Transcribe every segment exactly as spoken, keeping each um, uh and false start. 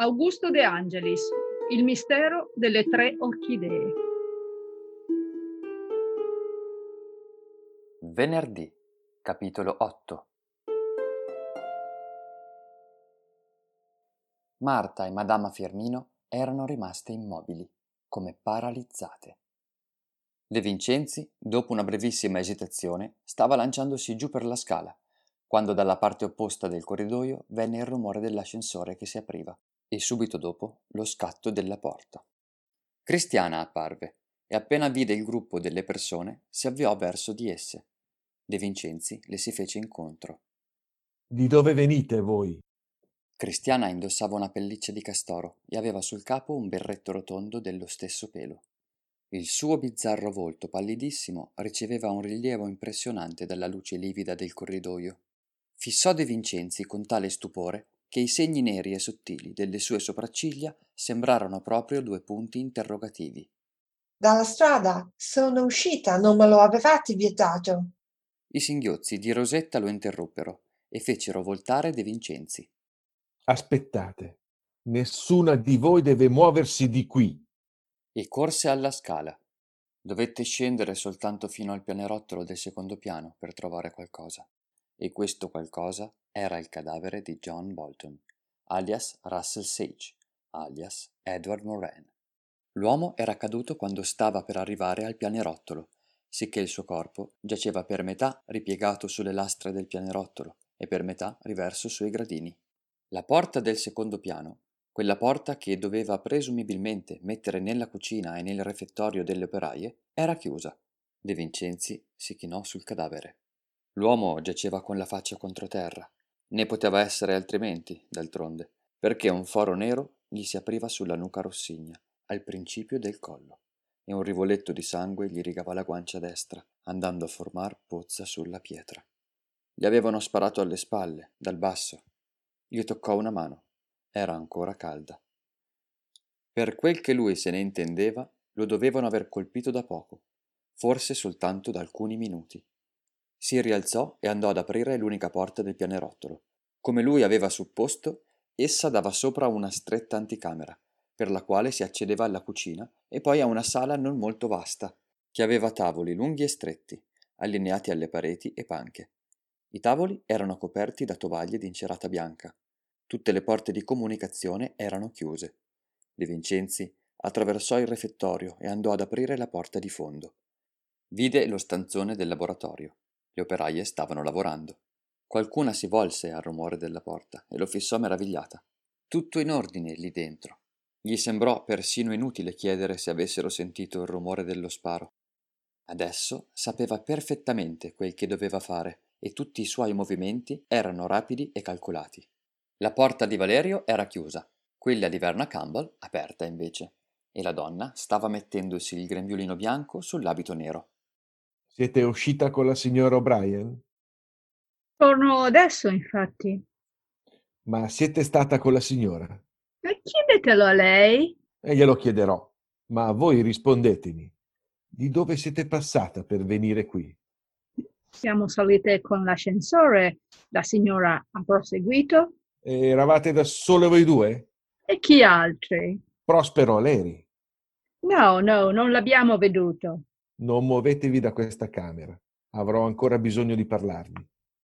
Augusto De Angelis, Il mistero delle tre orchidee. Venerdì, capitolo otto. Marta e Madama Firmino erano rimaste immobili, come paralizzate. De Vincenzi, dopo una brevissima esitazione, stava lanciandosi giù per la scala, quando dalla parte opposta del corridoio venne il rumore dell'ascensore che si apriva e subito dopo lo scatto della porta. Cristiana apparve e appena vide il gruppo delle persone si avviò verso di esse. De Vincenzi le si fece incontro. Di dove venite voi? Cristiana indossava una pelliccia di castoro e aveva sul capo un berretto rotondo dello stesso pelo. Il suo bizzarro volto pallidissimo riceveva un rilievo impressionante dalla luce livida del corridoio. Fissò De Vincenzi con tale stupore che i segni neri e sottili delle sue sopracciglia sembrarono proprio due punti interrogativi. Dalla strada sono uscita, non me lo avevate vietato. I singhiozzi di Rosetta lo interruppero e fecero voltare De Vincenzi. Aspettate, nessuna di voi deve muoversi di qui. E corse alla scala. Dovette scendere soltanto fino al pianerottolo del secondo piano per trovare qualcosa. E questo qualcosa era il cadavere di John Bolton, alias Russell Sage, alias Edward Moran. L'uomo era caduto quando stava per arrivare al pianerottolo, sicché il suo corpo giaceva per metà ripiegato sulle lastre del pianerottolo e per metà riverso sui gradini. La porta del secondo piano, quella porta che doveva presumibilmente mettere nella cucina e nel refettorio delle operaie, era chiusa. De Vincenzi si chinò sul cadavere. L'uomo giaceva con la faccia contro terra. Ne poteva essere altrimenti, d'altronde, perché un foro nero gli si apriva sulla nuca rossigna, al principio del collo, e un rivoletto di sangue gli rigava la guancia destra, andando a formar pozza sulla pietra. Gli avevano sparato alle spalle, dal basso. Gli toccò una mano. Era ancora calda. Per quel che lui se ne intendeva, lo dovevano aver colpito da poco, forse soltanto da alcuni minuti. Si rialzò e andò ad aprire l'unica porta del pianerottolo. Come lui aveva supposto, essa dava sopra una stretta anticamera, per la quale si accedeva alla cucina e poi a una sala non molto vasta, che aveva tavoli lunghi e stretti, allineati alle pareti e panche. I tavoli erano coperti da tovaglie d'incerata bianca. Tutte le porte di comunicazione erano chiuse. De Vincenzi attraversò il refettorio e andò ad aprire la porta di fondo. Vide lo stanzone del laboratorio. Le operaie stavano lavorando. Qualcuna si volse al rumore della porta e lo fissò meravigliata. Tutto in ordine lì dentro. Gli sembrò persino inutile chiedere se avessero sentito il rumore dello sparo. Adesso sapeva perfettamente quel che doveva fare e tutti i suoi movimenti erano rapidi e calcolati. La porta di Valerio era chiusa, quella di Verna Campbell aperta invece, e la donna stava mettendosi il grembiulino bianco sull'abito nero. Siete uscita con la signora O'Brien? Torno adesso, infatti. Ma siete stata con la signora? E chiedetelo a lei. E glielo chiederò. Ma voi rispondetemi. Di dove siete passata per venire qui? Siamo salite con l'ascensore. La signora ha proseguito. E eravate da sole voi due? E chi altri? Prospero Leri. No, no, non l'abbiamo veduto. Non muovetevi da questa camera. Avrò ancora bisogno di parlarvi.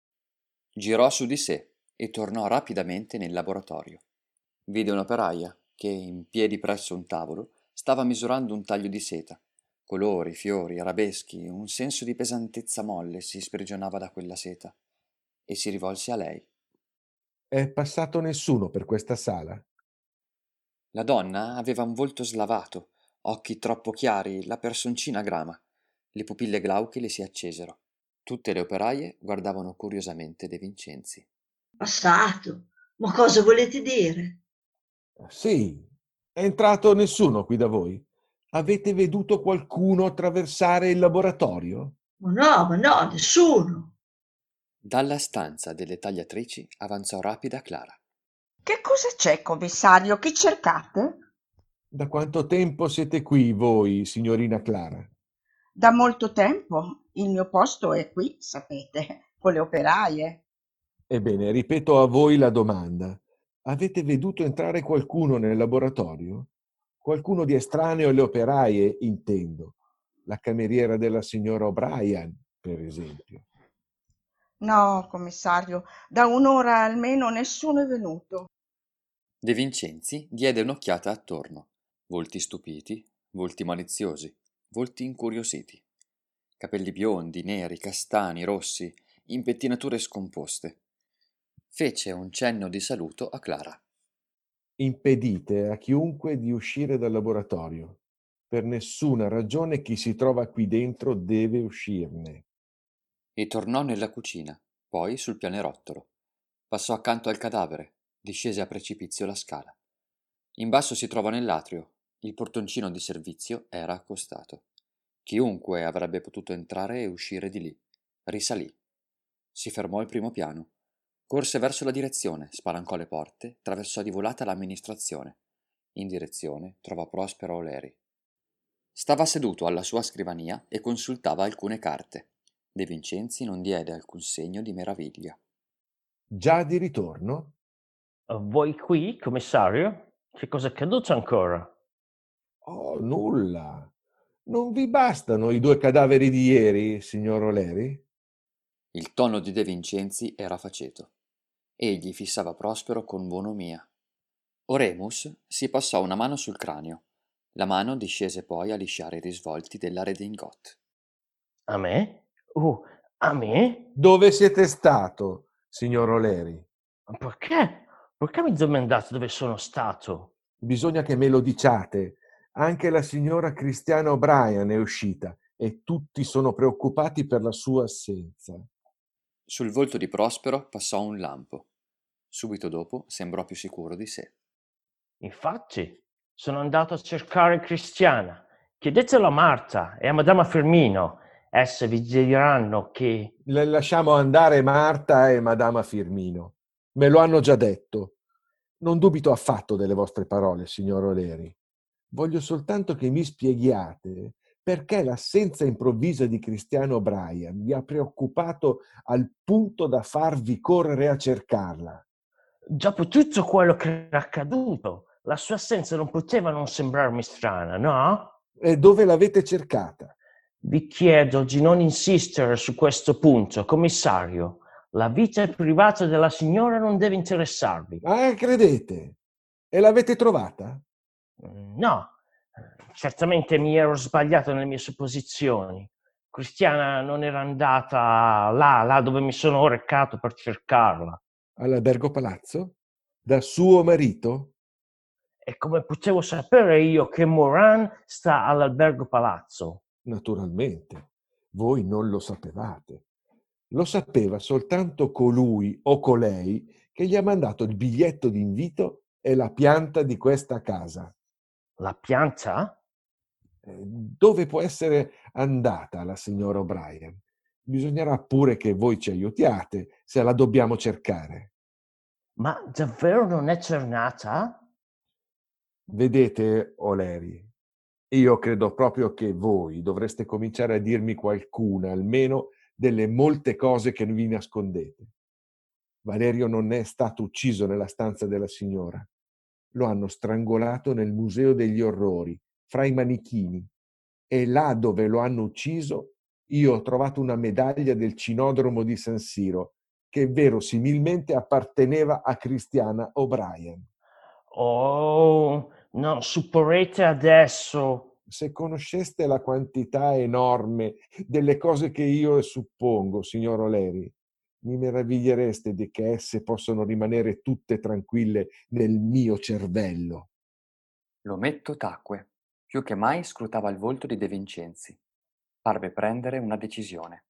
Girò su di sé e tornò rapidamente nel laboratorio. Vide un'operaia che, in piedi presso un tavolo, stava misurando un taglio di seta. Colori, fiori, arabeschi, un senso di pesantezza molle si sprigionava da quella seta. E si rivolse a lei. È passato nessuno per questa sala? La donna aveva un volto slavato, occhi troppo chiari, la personcina grama. Le pupille glauche le si accesero. Tutte le operaie guardavano curiosamente De Vincenzi. Passato? Ma cosa volete dire? Sì. È entrato nessuno qui da voi? Avete veduto qualcuno attraversare il laboratorio? Ma no, ma no, nessuno. Dalla stanza delle tagliatrici avanzò rapida Clara. Che cosa c'è, commissario? Chi cercate? Da quanto tempo siete qui voi, signorina Clara? Da molto tempo. Il mio posto è qui, sapete, con le operaie. Ebbene, ripeto a voi la domanda. Avete veduto entrare qualcuno nel laboratorio? Qualcuno di estraneo alle operaie, intendo. La cameriera della signora O'Brien, per esempio. No, commissario, da un'ora almeno nessuno è venuto. De Vincenzi diede un'occhiata attorno. Volti stupiti, volti maliziosi, volti incuriositi. Capelli biondi, neri, castani, rossi, impettinature scomposte. Fece un cenno di saluto a Clara. Impedite a chiunque di uscire dal laboratorio. Per nessuna ragione chi si trova qui dentro deve uscirne. E tornò nella cucina, poi sul pianerottolo. Passò accanto al cadavere, discese a precipizio la scala. In basso si trova nell'atrio. Il portoncino di servizio era accostato. Chiunque avrebbe potuto entrare e uscire di lì. Risalì. Si fermò al primo piano. Corse verso la direzione, spalancò le porte, attraversò di volata l'amministrazione. In direzione trovò Prospero O'Leary. Stava seduto alla sua scrivania e consultava alcune carte. De Vincenzi non diede alcun segno di meraviglia. Già di ritorno? Voi qui, commissario? Che cosa è accaduto ancora? Oh, nulla. Non vi bastano i due cadaveri di ieri, signor O'Leary? Il tono di De Vincenzi era faceto. Egli fissava Prospero con bonomia. Oremus si passò una mano sul cranio. La mano discese poi a lisciare i risvolti della redingote. A me? Uh, a me? Dove siete stato, signor O'Leary? Perché? Perché mi domandate dove sono stato? Bisogna che me lo diciate. Anche la signora Cristiana O'Brien è uscita e tutti sono preoccupati per la sua assenza. Sul volto di Prospero passò un lampo. Subito dopo sembrò più sicuro di sé. Infatti, sono andato a cercare Cristiana. Chiedetelo a Marta e a Madama Firmino. Esse vi diranno che... Le lasciamo andare Marta e Madama Firmino. Me lo hanno già detto. Non dubito affatto delle vostre parole, signor O'Leary. Voglio soltanto che mi spieghiate perché l'assenza improvvisa di Cristiano O'Brien vi ha preoccupato al punto da farvi correre a cercarla. Dopo tutto quello che era accaduto, la sua assenza non poteva non sembrarmi strana, no? E dove l'avete cercata? Vi chiedo di non insistere su questo punto, commissario. La vita privata della signora non deve interessarvi. Ah, credete? E l'avete trovata? No, certamente mi ero sbagliato nelle mie supposizioni. Cristiana non era andata là, là dove mi sono recato per cercarla. All'Albergo Palazzo? Da suo marito? E come potevo sapere io che Moran sta all'Albergo Palazzo? Naturalmente, voi non lo sapevate. Lo sapeva soltanto colui o colei che gli ha mandato il biglietto d'invito e la pianta di questa casa. La pianta? Eh, Dove può essere andata la signora O'Brien? Bisognerà pure che voi ci aiutiate se la dobbiamo cercare. Ma davvero non è tornata? Vedete, O'Leary, io credo proprio che voi dovreste cominciare a dirmi qualcuna, almeno, delle molte cose che vi nascondete. Valerio non è stato ucciso nella stanza della signora. Lo hanno strangolato nel Museo degli Orrori, fra i manichini. E là dove lo hanno ucciso, io ho trovato una medaglia del cinodromo di San Siro, che verosimilmente apparteneva a Cristiana O'Brien. Oh, non supporrete adesso. Se conosceste la quantità enorme delle cose che io suppongo, signor O'Leary, mi meravigliereste di che esse possono rimanere tutte tranquille nel mio cervello. L'ometto tacque. Più che mai scrutava il volto di De Vincenzi. Parve prendere una decisione.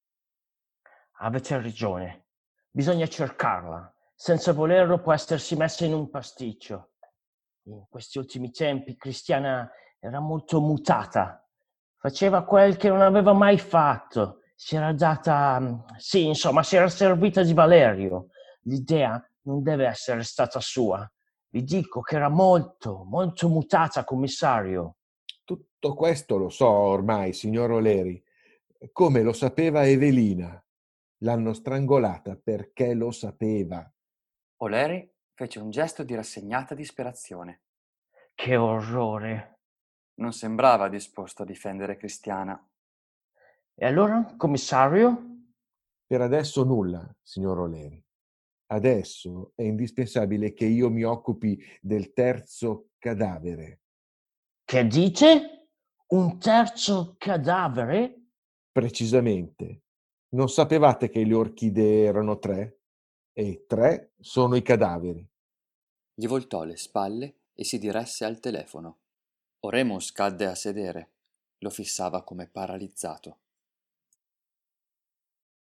Avete ragione. Bisogna cercarla. Senza volerlo può essersi messa in un pasticcio. In questi ultimi tempi Cristiana era molto mutata. Faceva quel che non aveva mai fatto. Si era data... Sì, insomma, si era servita di Valerio. L'idea non deve essere stata sua. Vi dico che era molto, molto mutata, commissario. Tutto questo lo so ormai, signor O'Leary, come lo sapeva Evelina. L'hanno strangolata perché lo sapeva. O'Leary Fece un gesto di rassegnata disperazione. Che orrore! Non sembrava disposto a difendere Cristiana. E allora, commissario? Per adesso nulla, signor O'Leary. Adesso è indispensabile che io mi occupi del terzo cadavere. Che dite? Un terzo cadavere? Precisamente. Non sapevate che le orchidee erano tre? E tre sono i cadaveri. Gli voltò le spalle e si diresse al telefono. Oremus cadde a sedere. Lo fissava come paralizzato.